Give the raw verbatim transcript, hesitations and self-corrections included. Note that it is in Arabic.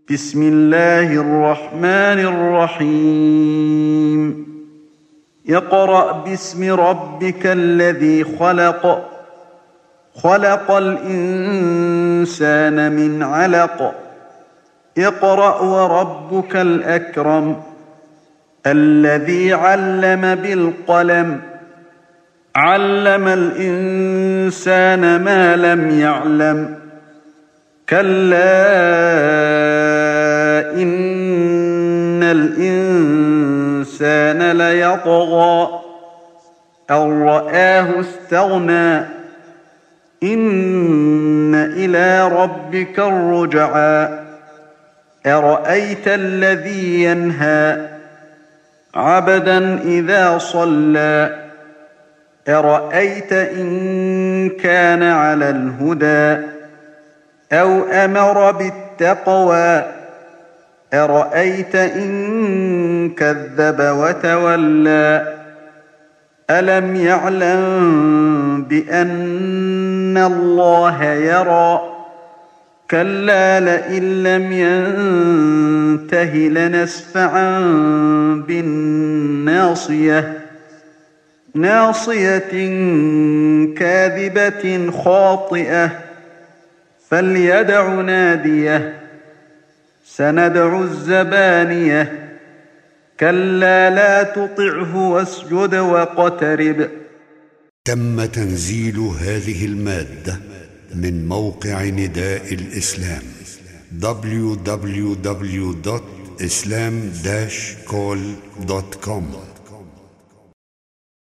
بسم الله الرحمن الرحيم اقرأ باسم ربك الذي خلق خلق الإنسان من علق اقرأ وربك الأكرم الذي علم بالقلم علم الإنسان ما لم يعلم كلا إن الإنسان ليطغى أن رآه استغنى إن إلى ربك الرجعى أرأيت الذي ينهى عبدا إذا صلى أرأيت إن كان على الهدى أو أمر بالتقوى أرأيت إن كذب وتولى ألم يعلم بأن الله يرى كلا لئن لم ينته لنسفعا بالناصية ناصية كاذبة خاطئة فليدع ناديه سندع الزبانية كلا لا تطعه واسجد واقترب. تم تنزيل هذه المادة من موقع نداء الإسلام دبليو دبليو دبليو دوت إسلام داش كول دوت كوم.